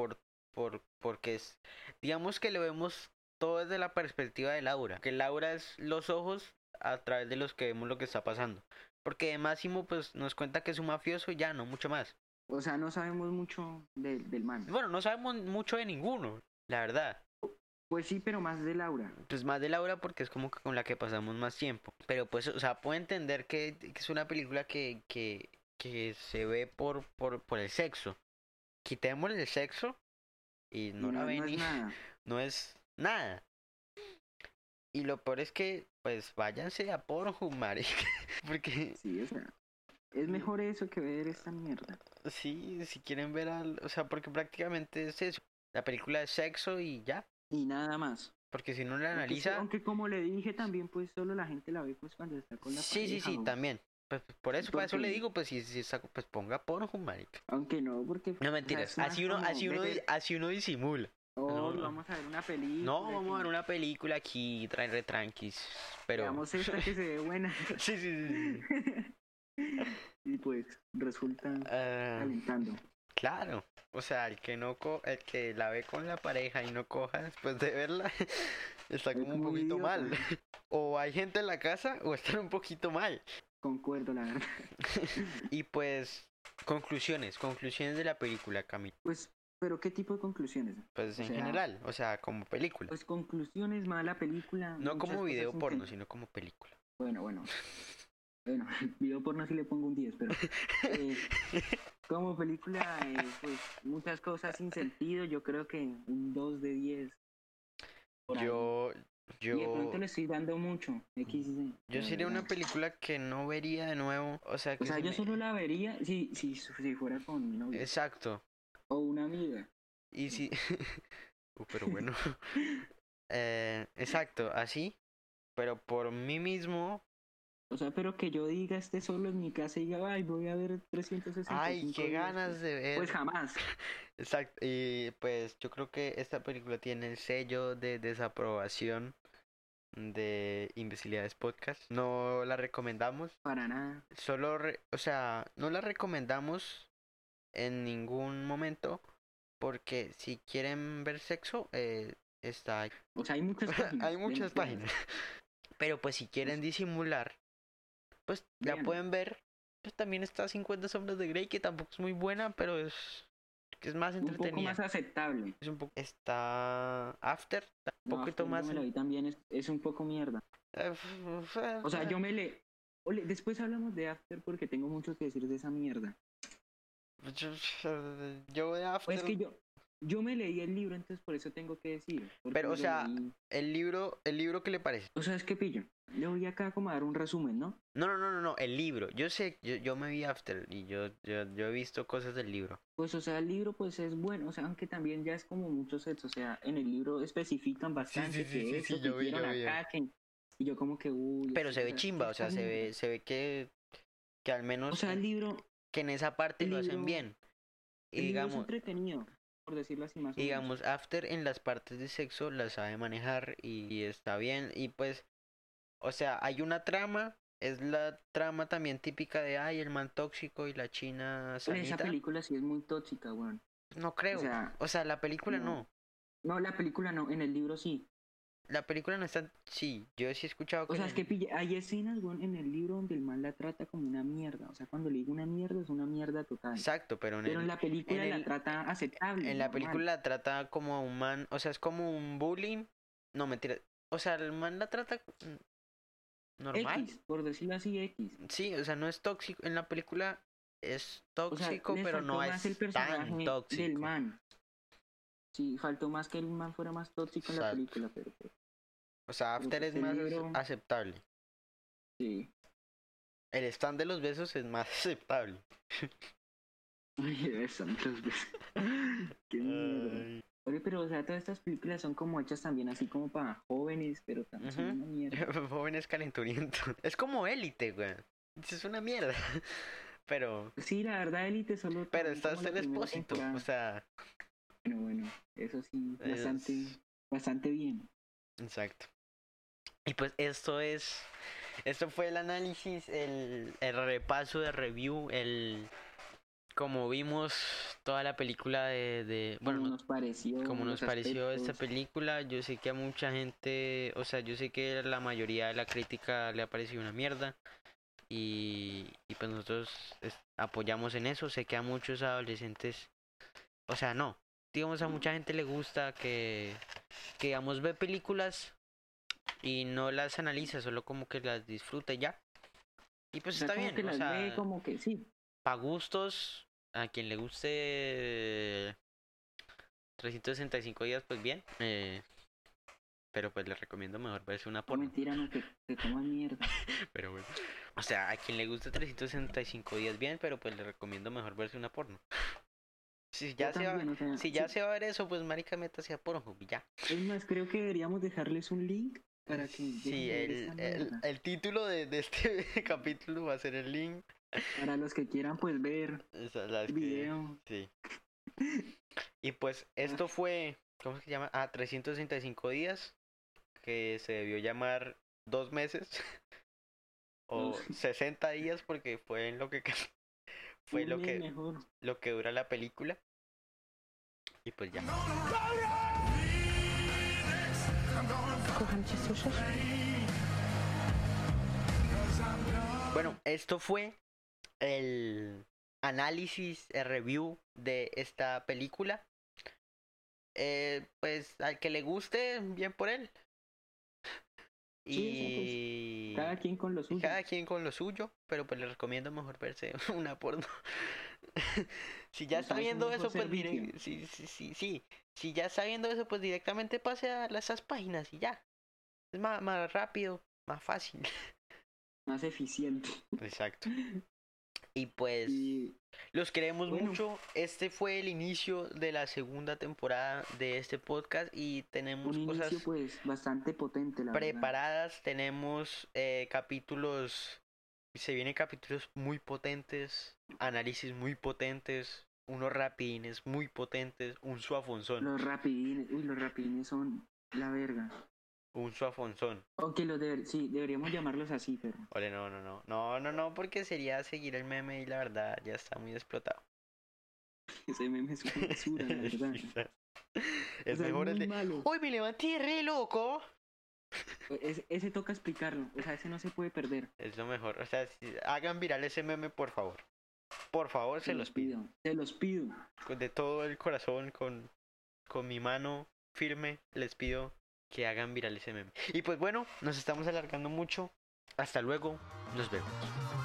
porque es, digamos que lo vemos todo desde la perspectiva de Laura, que Laura es los ojos a través de los que vemos lo que está pasando, porque de Máximo pues nos cuenta que es un mafioso y ya, no mucho más. O sea, no sabemos mucho del man. Bueno, no sabemos mucho de ninguno, la verdad. Pues sí, pero más de Laura. Pues más de Laura porque es como que con la que pasamos más tiempo, pero pues, o sea, puedo entender que es una película que se ve por el sexo. Quitémosle el sexo y no la no ven es y nada. no es nada. Y lo peor es que, pues, váyanse a Pornhub, marica. Porque, Sí, o sea, es mejor eso que ver esta mierda. sí, si quieren ver o sea, porque prácticamente es eso. La película es sexo y ya. Y nada más. Porque si no la Aunque, analiza... aunque como le dije también, pues solo la gente la ve pues cuando está con la Sí, pareja. sí, también. Pues, por eso, para eso le Porque- digo, pues, si está, pues ponga Pornhub, marica. Aunque no, porque... No, o mentiras. sea, es más como ver, Así uno disimula. "Oh, no. vamos a ver una película. No, vamos a ver que una película aquí, re tranquis. Pero... Veamos esta que se ve buena. Sí, sí, sí. Y pues resulta Ah, calentando. claro, o sea, el que la ve con la pareja y no coja después de verla, está Es como un muy poquito idiota. mal. O hay gente en la casa o están un poquito mal. Concuerdo, la verdad. Y pues, conclusiones de la película, Camilo. Pues, pero ¿qué tipo de conclusiones? Pues O en sea, general, o sea, como película. Pues conclusiones, mala película. No muchas como cosas video porno, inten- sino como película. Bueno, bueno. Bueno, video porno sí le pongo un 10, pero eh, como película, pues muchas cosas sin sentido. Yo creo que un 2 de 10. por ahí. Y de pronto le estoy dando mucho. XD, Yo la sería una verdad. película que no vería de nuevo. O sea, que O sea, se yo me- solo la vería si fuera con mi novia Exacto. o una amiga. Y si... pero bueno. Exacto, así. Pero por mí mismo... O sea, pero que yo diga esté solo en mi casa y diga, ay, voy a ver 365 Ay, qué días", ganas de ver. Pues jamás. Exacto. Y pues yo creo que esta película tiene el sello de desaprobación de Imbecilidades Podcast. No la recomendamos. Para nada. O sea, no la recomendamos en ningún momento. Porque si quieren ver sexo, está ahí. O sea, hay muchas páginas. Hay muchas demasiadas. páginas. Pero pues si quieren disimular, pues la Vean. pueden ver. Pues también está 50 sombras de Grey, que tampoco es muy buena, pero es más Un poco entretenida. más aceptable. Es un poco... Está After, está un No, poquito After más... yo me la vi también, es un poco mierda. O sea, yo me le... Ole, después hablamos de After porque tengo mucho que decir de esa mierda. Yo de After... Pues es que yo me leí el libro, entonces por eso tengo que decir. porque Pero, o me lo sea, leí. el libro, ¿qué le parece? O sea, es que pillo. Le voy acá como a dar un resumen, ¿no? No, el libro. Yo sé, yo me vi After y yo he visto cosas del libro. Pues, o sea, el libro pues es bueno, o sea, aunque también ya es como muchos sets, o sea, en el libro especifican bastante que esto que yo vi. hicieron acá, y yo como que, uy... Pero se ve sea, chimba, o sea, esta mierda. se ve que al menos O sea, el libro, que en esa parte el lo hacen libro- bien. Y el libro es digamos, entretenido, por decirlo así más o menos. digamos, After en las partes de sexo la sabe manejar y está bien. Y pues, o sea, hay una trama, es la trama también típica de, ay, el man tóxico y la china Pero esa sanita. película sí es muy tóxica, weón. No creo. o sea, La película no. no. No, la película no, en el libro sí. La película no está... Sí, yo sí he escuchado que... O sea, en es que el- pille, hay escenas, weón, en el libro donde el man la trata como una mierda. O sea, cuando le digo una mierda, es una mierda total. Exacto, pero Pero en la película en la el- trata aceptable. en la normal. película la trata como a un man... O sea, es como un bullying. No, mentira. O sea, el man la trata... normal. X, por decirlo así, X. Sí, o sea, no es tóxico. En la película es O sea, tóxico, le pero faltó no más el es personaje tan del tóxico. man. Sí, faltó más que el man fuera más tóxico en la Exacto. película, pero pues, O sea, Pero After pues es el más libro- aceptable. sí. El stand de los besos es más aceptable. Ay, eso, los besos. Qué mierda. Ay. Oye, pero o sea, todas estas películas son como hechas también así como para jóvenes, pero también son Ujú. una mierda. Jóvenes calenturientos. Es como Élite, güey. Es una mierda. Pero... Sí, la verdad, Elite solo... Pero también está como hasta el la primera expósito. temporada. O sea... Bueno, eso sí, es- bastante bien. Exacto. Y pues esto es Esto fue el análisis, el repaso de review, como vimos toda la película ¿Cómo bueno, nos pareció? como nos los pareció esta aspectos? película. Yo sé que a mucha gente, o sea, yo sé que la mayoría de la crítica le ha parecido una mierda. Y pues nosotros apoyamos en eso. Sé que a muchos adolescentes, o sea, no, digamos a mucha gente le gusta que digamos ve películas y no las analiza, solo como que las disfruta y ya. Y pues O sea, está como bien, que o las ve sea, como que sí. para gustos, a quien le guste 365 días, pues bien. Pero pues le recomiendo mejor verse una No, porno. mentira, no, que coman mierda. Pero bueno. O sea, a quien le guste 365 días bien, pero pues le recomiendo mejor verse una porno. Si ya Yo se va, también, o sea, si sí. ya se va a ver eso, pues marica, métase a Pornhub y ya. Es más, creo que deberíamos dejarles un link para que dejen Sí, de ver esta mierda. el título de este capítulo va a ser el link. Para los que quieran, pues, ver Las el que, video. sí. Y pues esto fue, ¿cómo se llama? 365 días, que se debió llamar 2 meses o 60 días porque fue en lo que fue Un mes mejor. lo que dura la película. Y pues ya. Kocham cię, słyszysz? Bueno, esto fue el análisis, el review de esta película. Pues al que le guste, bien por él. Sí, o sea, Y Cada quien con lo suyo. cada quien con lo suyo, pero pues le recomiendo mejor verse una porno. Si ya O está sea, es un viendo mejor eso, pues servicio. sí. Si ya está viendo eso, pues directamente pase a esas páginas y ya. Es más rápido, más fácil. Más eficiente. Exacto. Y pues Y los queremos bueno. mucho. Este fue el inicio de la segunda temporada de este podcast y tenemos un cosas inicio, pues, bastante potente, la verdad. preparadas. Tenemos capítulos, se vienen capítulos muy potentes, análisis muy potentes, unos rapidines muy potentes, un suafonzón, Los rapidines son la verga. un suafonzón. Aunque sí, deberíamos llamarlos así, pero Ole, no, porque sería seguir el meme y la verdad ya está muy explotado. ese meme es una basura, la verdad. Es O sea, mejor es el muy de malo. ¡Uy, me levanté re loco! Ese toca explicarlo, o sea, ese no se puede perder. Es lo mejor, o sea, hagan viral ese meme, por favor. Por favor, se los pido. Se los pido. De todo el corazón, con mi mano firme, les pido que hagan viral ese meme. Y pues bueno, nos estamos alargando mucho. Hasta luego, nos vemos.